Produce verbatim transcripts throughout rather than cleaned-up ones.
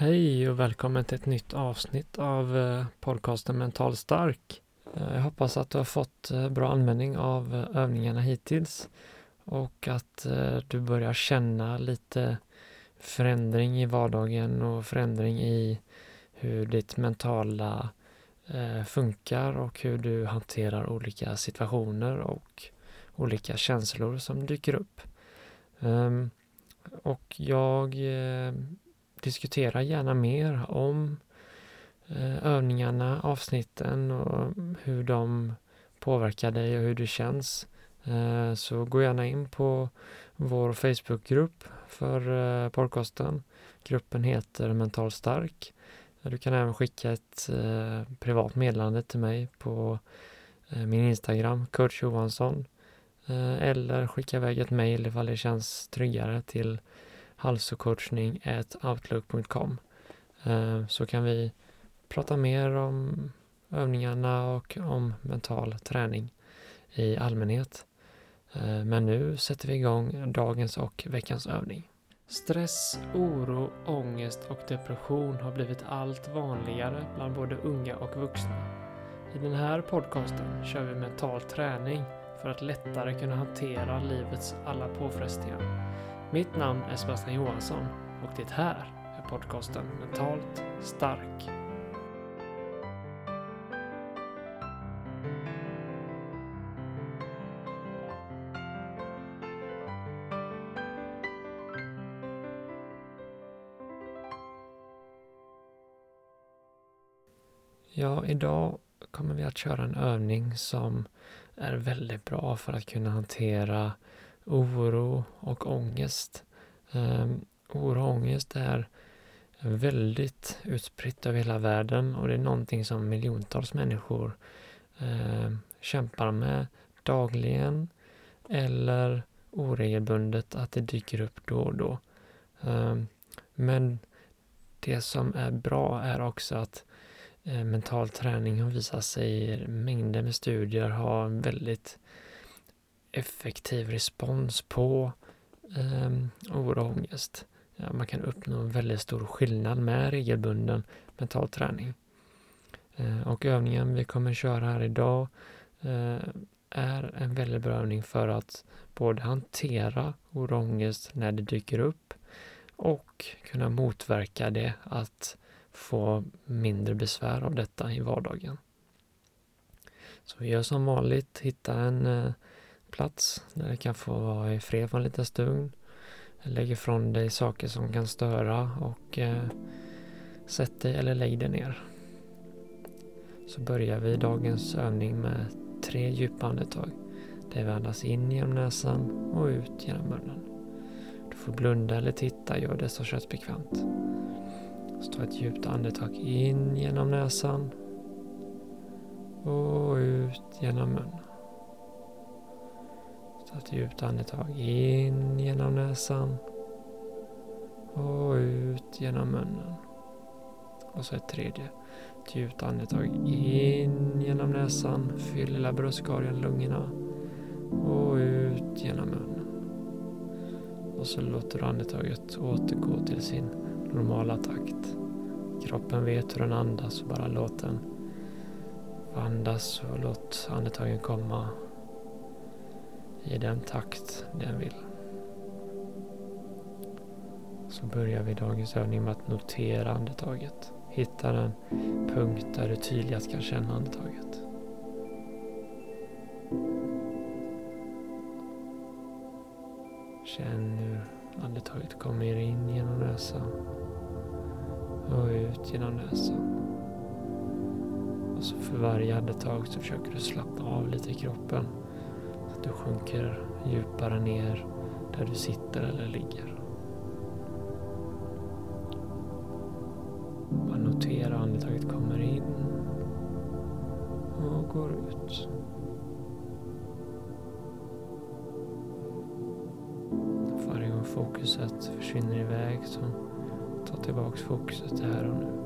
Hej och välkommen till ett nytt avsnitt av podcasten Mentalt stark. Jag hoppas att du har fått bra användning av övningarna hittills och att du börjar känna lite förändring i vardagen och förändring i hur ditt mentala funkar och hur du hanterar olika situationer och olika känslor som dyker upp. Och jag diskuterar gärna mer om övningarna, avsnitten och hur de påverkar dig och hur det känns. Så gå gärna in på vår Facebookgrupp för podcasten. Gruppen heter Mentalt stark. Du kan även skicka ett privat meddelande till mig på min Instagram, Kurt Johansson. Eller skicka iväg ett mejl ifall det känns tryggare till halsocoachning at outlook punkt com. Så kan vi prata mer om övningarna och om mental träning i allmänhet. Men nu sätter vi igång dagens och veckans övning. Stress, oro, ångest och depression har blivit allt vanligare bland både unga och vuxna. I den här podcasten kör vi mental träning för att lättare kunna hantera livets alla påfrestningar. Mitt namn är Sebastian Johansson och det här är podcasten Mentalt stark. Ja, idag kommer vi att köra en övning som är väldigt bra för att kunna hantera oro och ångest. Um, oro och ångest är väldigt utspritt över hela världen och det är någonting som miljontals människor uh, kämpar med dagligen eller oregelbundet att det dyker upp då och då. Um, men det som är bra är också att uh, mental träning har visat sig i mängder med studier ha en väldigt effektiv respons på um, oro och ångest. Ja, man kan uppnå en väldigt stor skillnad med regelbunden mental träning. Uh, och övningen vi kommer köra här idag uh, är en väldigt bra övning för att både hantera oro och ångest när det dyker upp och kunna motverka det, att få mindre besvär av detta i vardagen. Så vi gör som vanligt, hitta en uh, plats där det kan få vara i fred för en liten stund. Lägg ifrån dig saker som kan störa och eh, sätt dig eller lägg dig ner. Så börjar vi dagens övning med tre djupa andetag. Där vi andas in genom näsan och ut genom munnen. Du får blunda eller titta, gör det så känns bekvämt. Så ta ett djupt andetag in genom näsan och ut genom munnen. Ta ett djupt andetag in genom näsan och ut genom munnen. Och så ett tredje. Ett djupt andetag in genom näsan, fyll hela bröstkorgen, lungorna och ut genom munnen. Och så låter du andetaget återgå till sin normala takt. Kroppen vet hur den andas och bara låt den andas och låt andetagen komma i den takt den vill. Så börjar vi dagens övning med att notera andetaget. Hitta den punkt där du tydligast kan känna andetaget. Känn hur andetaget kommer in genom näsan och ut genom näsan. Och så för varje andetag så försöker du slappna av lite i kroppen. Du sjunker djupare ner där du sitter eller ligger. Bara notera andetaget kommer in och går ut. Varje gång fokuset försvinner iväg så ta tillbaka fokuset här och nu.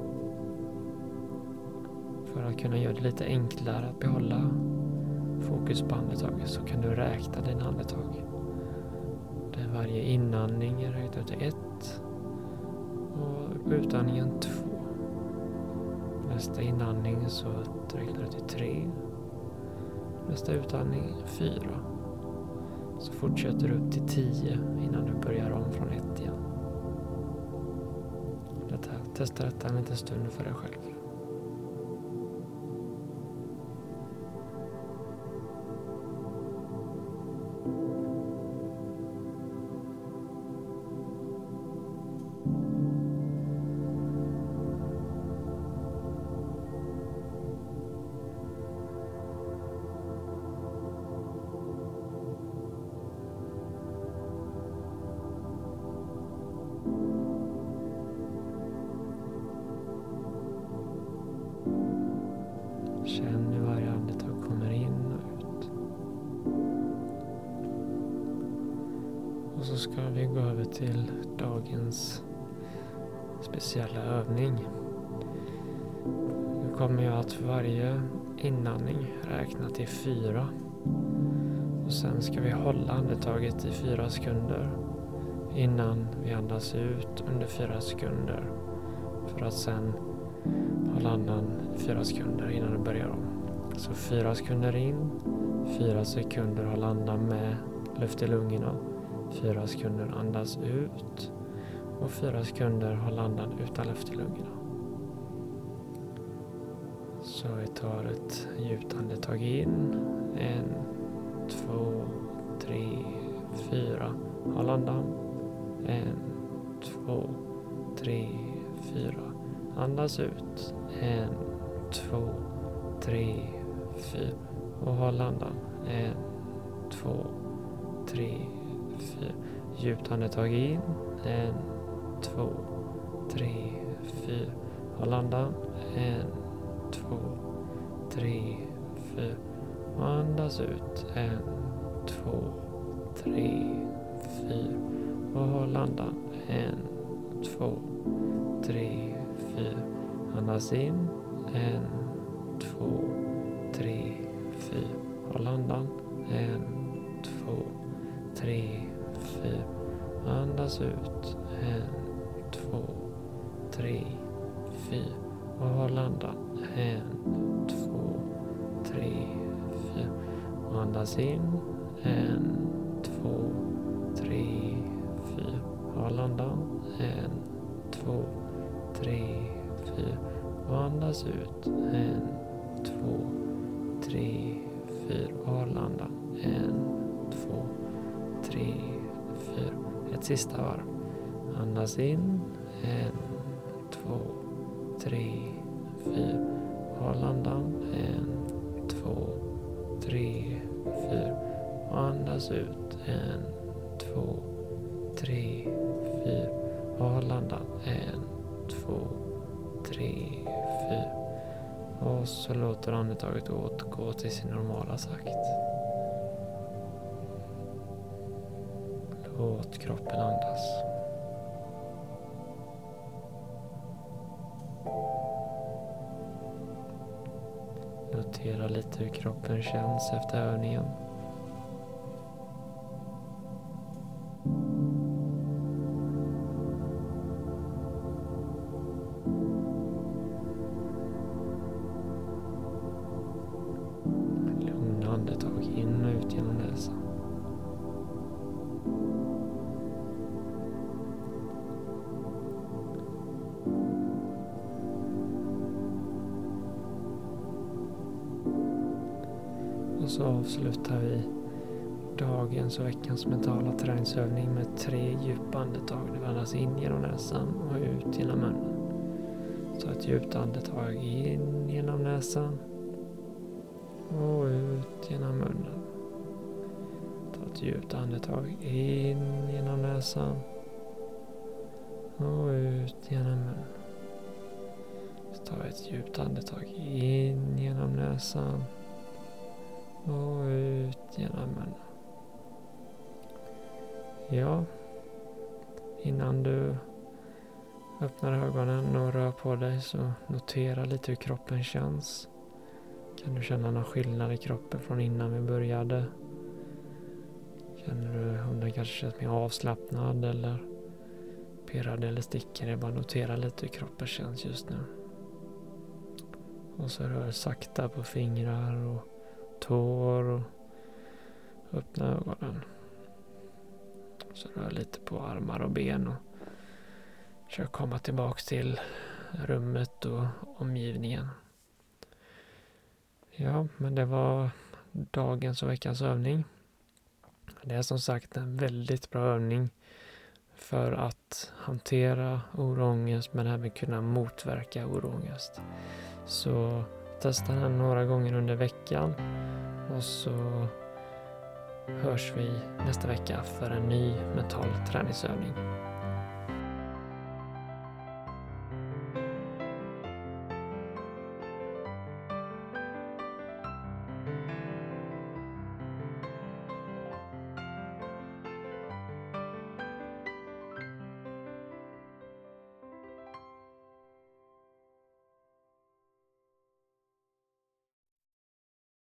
För att kunna göra det lite enklare att behålla fokus på andetaget så kan du räkna dina andetag. Där varje inandning är räknat till ett och Och utandningen två. Nästa inandning så räknar du till tre. Nästa utandning fyra. Så fortsätter du upp till tio innan du börjar om från ett igen. Detta, testa detta en liten stund för dig själv. Känn hur varje andetag kommer in och ut. Och så ska vi gå över till dagens speciella övning. Nu kommer jag att för varje inandning räkna till fyra. Och sen ska vi hålla andetaget i fyra sekunder innan vi andas ut under fyra sekunder. För att sen hålla andan i fyra sekunder innan du börjar om. Så fyra sekunder in, fyra sekunder hålla andan med luft i lungorna, fyra sekunder andas ut och fyra sekunder hålla andan utan luft i lungorna. Så vi tar ett djupt andetag in, en, två, tre, fyra, håll andan, en, två, tre, fyra. Andas ut. En, två, tre, fyra. Och håll andan. En, två, tre, fyra. Djupt andetag in. En, två, tre, fyra. Håll andan. En, två, tre, fyra. Och andas ut. En, två, tre, fyra. Och håll andan. En, två, tre, fyra. Andas in. En, två, tre, fyra. Håll andan. En, två, tre, fyra. Andas ut. En, två, tre, fyra. Och håll andan. En, två, tre, fyra. Och andas in. En, två, tre, fyra. Håll andan. En, två, tre, fyra. Och andas ut. En, två, tre, fyra. Och håll andan. En, två, tre, fyra. Ett sista varv. Andas in. En, två, tre, fyra. Håll andan. En, två, tre, fyra. Och andas ut. En, två, tre, fyra. Och håll andan. En, två, tre, fyra. Och så låter andetaget återgå till sin normala takt. Låt kroppen andas. Notera lite hur kroppen känns efter övningen. Lugna andetag in och ut genom näsan. Och så avslutar vi dagens och veckans mentala träningsövning med tre djupa andetag. Det andas in genom näsan och ut genom munnen. Ta ett djupt andetag in genom näsan och ut genom munnen. Ta ett djupt andetag in genom näsan och ut genom munnen. Ta ett djupt andetag in genom näsan och ut genom munnen. Ja, innan du öppnar ögonen och rör på dig så notera lite hur kroppen känns. Kan du känna någon skillnad i kroppen från innan vi började? Känner du om den kanske känns mer avslappnad eller pirrar eller sticker. Jag bara noterar lite hur kroppen känns just nu. Och så rör sakta på fingrar och tår och öppna ögonen. Så rör lite på armar och ben och försöker komma tillbaka till rummet och omgivningen. Ja, men det var dagens och veckans övning. Det är som sagt en väldigt bra övning för att hantera oro och ångest men även kunna motverka oro och ångest. Så testa den några gånger under veckan och så hörs vi nästa vecka för en ny mental träningsövning.